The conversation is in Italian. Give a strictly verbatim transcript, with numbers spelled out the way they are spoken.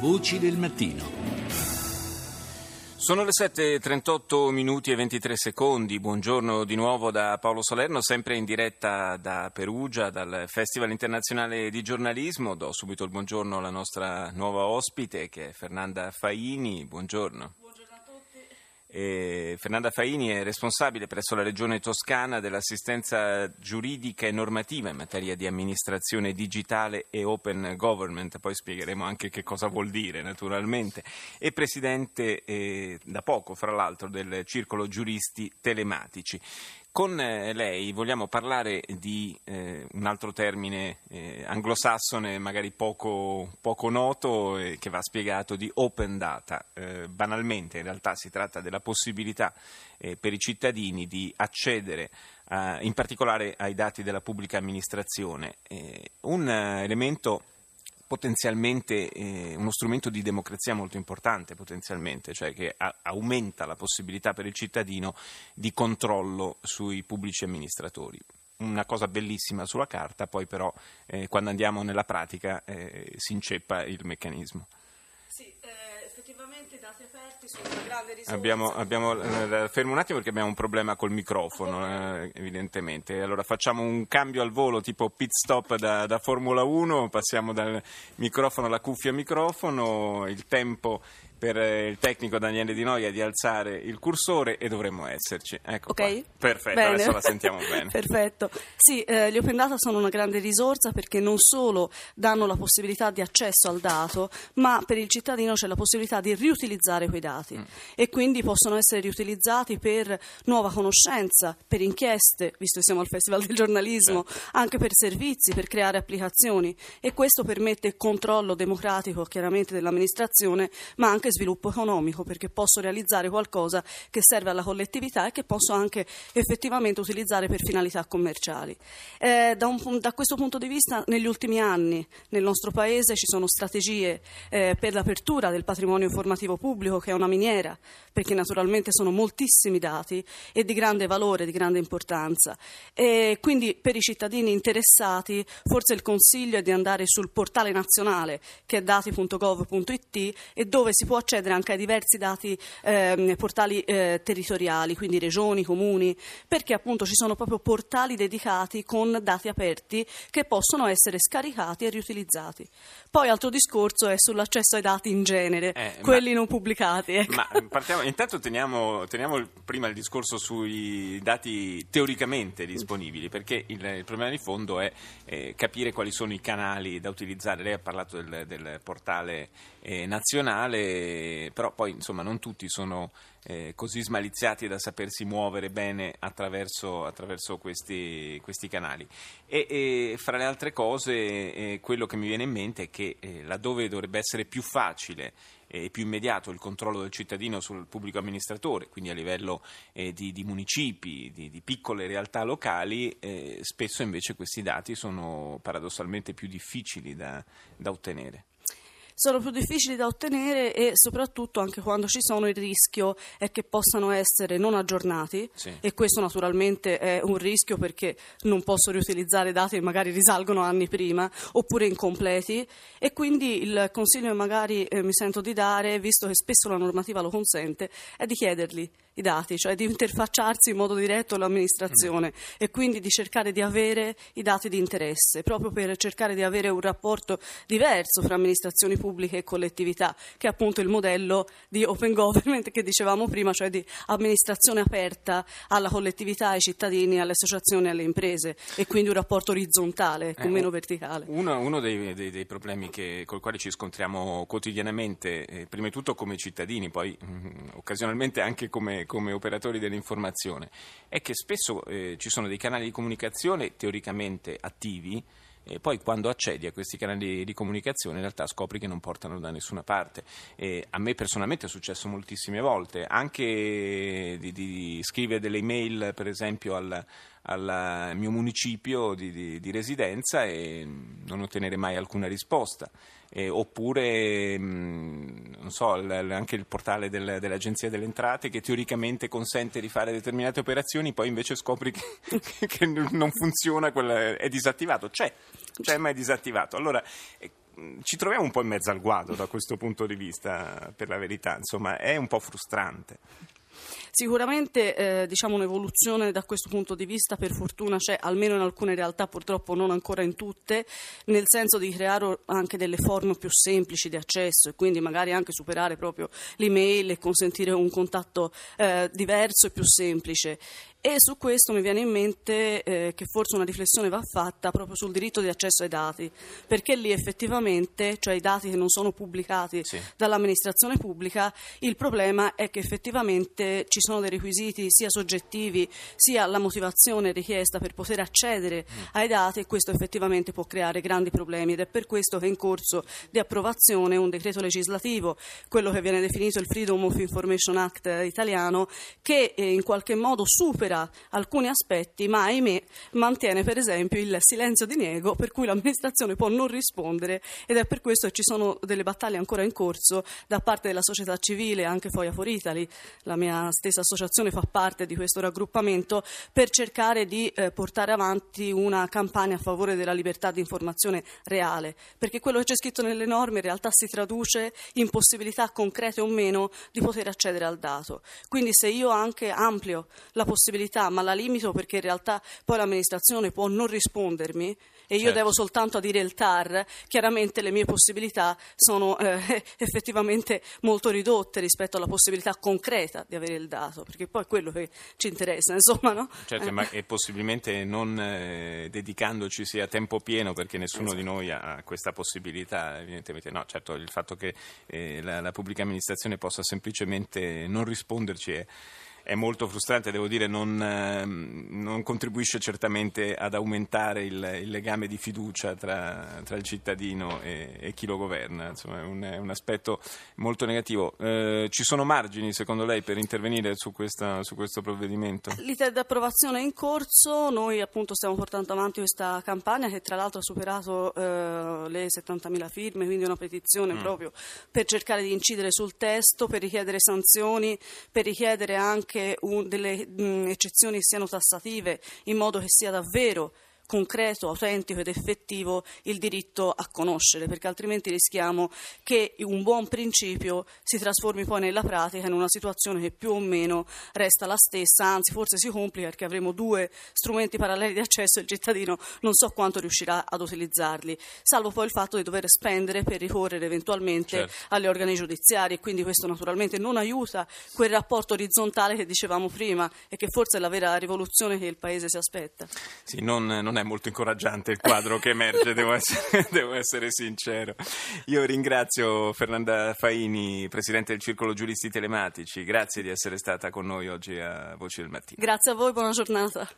Voci del mattino. Sono le sette e trentotto minuti e ventitré secondi. Buongiorno di nuovo da Paolo Salerno, sempre in diretta da Perugia, dal Festival Internazionale di Giornalismo. Do subito il buongiorno alla nostra nuova ospite, che è Fernanda Faini. Buongiorno. E Fernanda Faini è responsabile presso la Regione Toscana dell'assistenza giuridica e normativa in materia di amministrazione digitale e open government, poi spiegheremo anche che cosa vuol dire naturalmente, e presidente eh, da poco fra l'altro del Circolo Giuristi Telematici. Con lei vogliamo parlare di eh, un altro termine eh, anglosassone, magari poco, poco noto, eh, che va spiegato, di open data. Eh, banalmente, in realtà si tratta della possibilità eh, per i cittadini di accedere a, in particolare ai dati della pubblica amministrazione. Eh, un uh, elemento potenzialmente eh, uno strumento di democrazia molto importante, potenzialmente, cioè che a- aumenta la possibilità per il cittadino di controllo sui pubblici amministratori. Una cosa bellissima sulla carta, poi però eh, quando andiamo nella pratica eh, si inceppa il meccanismo. Sì, eh, effettivamente i dati aperti sono una grande risorsa. Abbiamo, abbiamo eh, fermo un attimo perché abbiamo un problema col microfono, eh, evidentemente. Allora facciamo un cambio al volo, tipo pit stop da, da Formula uno, passiamo dal microfono alla cuffia microfono, il tempo per il tecnico Daniele Di Noia di alzare il cursore e dovremmo esserci. Ecco, ok, qua. Perfetto, bene. Adesso la sentiamo bene. Perfetto. Sì, eh, gli open data sono una grande risorsa perché non solo danno la possibilità di accesso al dato, ma per il cittadino c'è la possibilità di riutilizzare quei dati mm. e quindi possono essere riutilizzati per nuova conoscenza, per inchieste, visto che siamo al Festival del Giornalismo, certo. Anche per servizi, per creare applicazioni, e questo permette controllo democratico chiaramente dell'amministrazione, ma anche sviluppo economico, perché posso realizzare qualcosa che serve alla collettività e che posso anche effettivamente utilizzare per finalità commerciali. Eh, da, un, da questo punto di vista, negli ultimi anni nel nostro Paese ci sono strategie eh, per l'apertura del patrimonio informativo pubblico, che è una miniera, perché naturalmente sono moltissimi dati e di grande valore, di grande importanza. E quindi per i cittadini interessati forse il consiglio è di andare sul portale nazionale, che è dati punto gov punto it, e dove si può accedere anche ai diversi dati eh, portali eh, territoriali, quindi regioni, comuni, perché appunto ci sono proprio portali dedicati con dati aperti che possono essere scaricati e riutilizzati. Poi altro discorso è sull'accesso ai dati in genere, eh, quelli ma, non pubblicati. Ecco. Ma partiamo, intanto teniamo, teniamo prima il discorso sui dati teoricamente disponibili, perché il, il problema di fondo è eh, capire quali sono i canali da utilizzare. Lei ha parlato del, del portale eh, nazionale, però poi insomma non tutti sono eh, così smaliziati da sapersi muovere bene attraverso, attraverso questi, questi canali. E, e fra le altre cose eh, quello che mi viene in mente è che eh, laddove dovrebbe essere più facile e più immediato il controllo del cittadino sul pubblico amministratore, quindi a livello eh, di, di municipi, di, di piccole realtà locali, eh, spesso invece questi dati sono paradossalmente più difficili da, da ottenere. Sono più difficili da ottenere e soprattutto anche quando ci sono il rischio è che possano essere non aggiornati, sì. E questo naturalmente è un rischio perché non posso riutilizzare dati che magari risalgono anni prima oppure incompleti, e quindi il consiglio che magari eh, mi sento di dare, visto che spesso la normativa lo consente, è di chiederli i dati, cioè di interfacciarsi in modo diretto all'amministrazione mm. e quindi di cercare di avere i dati di interesse, proprio per cercare di avere un rapporto diverso fra amministrazioni pubbliche e collettività, che è appunto il modello di open government che dicevamo prima, cioè di amministrazione aperta alla collettività, ai cittadini, alle associazioni, alle imprese, e quindi un rapporto orizzontale, con eh, meno verticale. Uno, uno dei, dei, dei problemi che, con i quali ci scontriamo quotidianamente, eh, prima di tutto come cittadini, poi mh, occasionalmente anche come come operatori dell'informazione, è che spesso eh, ci sono dei canali di comunicazione teoricamente attivi, e poi quando accedi a questi canali di comunicazione in realtà scopri che non portano da nessuna parte. E a me personalmente è successo moltissime volte, anche di, di scrivere delle email per esempio al, al mio municipio di, di, di residenza e non ottenere mai alcuna risposta. Eh, oppure mh, non so, l- anche il portale del, dell'Agenzia delle Entrate, che teoricamente consente di fare determinate operazioni, poi invece scopri che, che non funziona, quella, è disattivato, c'è, c'è ma è disattivato. Allora eh, ci troviamo un po' in mezzo al guado da questo punto di vista, per la verità, insomma è un po' frustrante. Sicuramente eh, diciamo un'evoluzione da questo punto di vista per fortuna c'è, almeno in alcune realtà, purtroppo non ancora in tutte, nel senso di creare anche delle forme più semplici di accesso e quindi magari anche superare proprio l'email e consentire un contatto eh, diverso e più semplice. E su questo mi viene in mente eh, che forse una riflessione va fatta proprio sul diritto di accesso ai dati, perché lì effettivamente, cioè i dati che non sono pubblicati sì. dall'amministrazione pubblica, il problema è che effettivamente ci sono dei requisiti sia soggettivi sia la motivazione richiesta per poter accedere mm. ai dati, e questo effettivamente può creare grandi problemi, ed è per questo che è in corso di approvazione un decreto legislativo, quello che viene definito il Freedom of Information Act italiano, che eh, in qualche modo supera alcuni aspetti, ma ahimè mantiene per esempio il silenzio diniego, per cui l'amministrazione può non rispondere, ed è per questo che ci sono delle battaglie ancora in corso da parte della società civile, anche Foia for Italy, la mia stessa associazione fa parte di questo raggruppamento, per cercare di eh, portare avanti una campagna a favore della libertà di informazione reale, perché quello che c'è scritto nelle norme in realtà si traduce in possibilità concrete o meno di poter accedere al dato. Quindi se io anche amplio la possibilità, ma la limito perché in realtà poi l'amministrazione può non rispondermi e io certo. devo soltanto adire il T A R, chiaramente le mie possibilità sono eh, effettivamente molto ridotte rispetto alla possibilità concreta di avere il dato, perché poi è quello che ci interessa, insomma, no? Certo, eh. ma e possibilmente non eh, dedicandoci sia a tempo pieno, perché nessuno esatto. di noi ha questa possibilità, evidentemente no, certo il fatto che eh, la, la pubblica amministrazione possa semplicemente non risponderci è È molto frustrante, devo dire, non, eh, non contribuisce certamente ad aumentare il, il legame di fiducia tra, tra il cittadino e, e chi lo governa. Insomma, è un, è un aspetto molto negativo. Eh, ci sono margini, secondo lei, per intervenire su, questa, su questo provvedimento? L'iter di approvazione è in corso, noi appunto stiamo portando avanti questa campagna che tra l'altro ha superato eh, le settantamila firme, quindi una petizione mm. proprio per cercare di incidere sul testo, per richiedere sanzioni, per richiedere anche Un, delle mh, eccezioni siano tassative, in modo che sia davvero concreto, autentico ed effettivo il diritto a conoscere, perché altrimenti rischiamo che un buon principio si trasformi poi nella pratica in una situazione che più o meno resta la stessa, anzi forse si complica perché avremo due strumenti paralleli di accesso e il cittadino non so quanto riuscirà ad utilizzarli, salvo poi il fatto di dover spendere per ricorrere eventualmente certo. agli organi giudiziari, e quindi questo naturalmente non aiuta quel rapporto orizzontale che dicevamo prima e che forse è la vera rivoluzione che il Paese si aspetta. Sì, non, non è molto incoraggiante il quadro che emerge, devo essere, devo essere sincero. Io ringrazio Fernanda Faini, Presidente del Circolo Giuristi Telematici, grazie di essere stata con noi oggi a Voci del Mattino. Grazie a voi, buona giornata.